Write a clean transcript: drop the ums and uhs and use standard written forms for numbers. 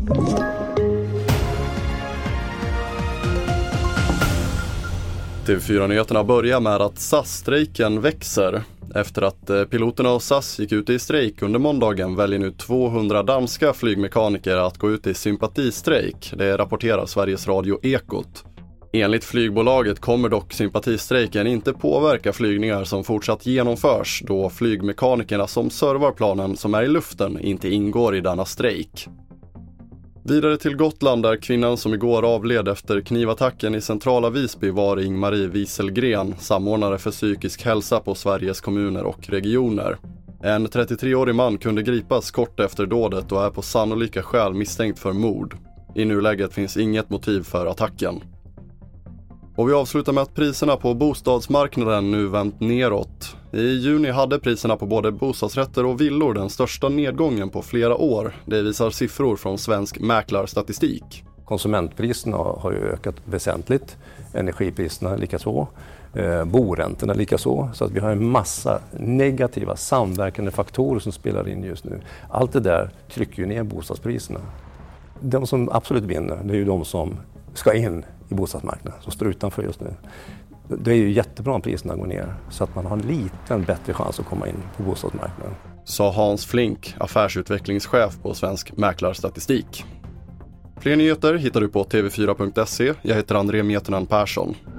TV4-nyheterna börjar med att SAS-strejken växer. Efter att piloterna och SAS gick ut i strejk under måndagen väljer nu 200 danska flygmekaniker att gå ut i sympatistrejk. Det rapporterar Sveriges Radio Ekot. Enligt flygbolaget kommer dock sympatistrejken inte påverka flygningar som fortsatt genomförs då flygmekanikerna som servar planen som är i luften inte ingår i denna strejk. Vidare till Gotland där kvinnan som igår avled efter knivattacken i centrala Visby var Ingmarie Wieselgren, samordnare för psykisk hälsa på Sveriges kommuner och regioner. En 33-årig man kunde gripas kort efter dådet och är på sannolika skäl misstänkt för mord. I nuläget finns inget motiv för attacken. Och vi avslutar med att priserna på bostadsmarknaden nu vänt neråt. I juni hade priserna på både bostadsrätter och villor den största nedgången på flera år. Det visar siffror från Svensk Mäklarstatistik. Konsumentpriserna har ju ökat väsentligt, energipriserna likaså, boräntorna likaså. Så att vi har en massa negativa samverkande faktorer som spelar in just nu. Allt det där trycker ju ner bostadspriserna. De som absolut vinner, det är ju de som ska in i bostadsmarknaden, som står utanför just nu. Det är ju jättebra om priserna går ner så att man har en liten bättre chans att komma in på bostadsmarknaden. Sa Hans Flink, affärsutvecklingschef på Svensk Mäklarstatistik. Fler nyheter hittar du på tv4.se. Jag heter André Mieternan Persson.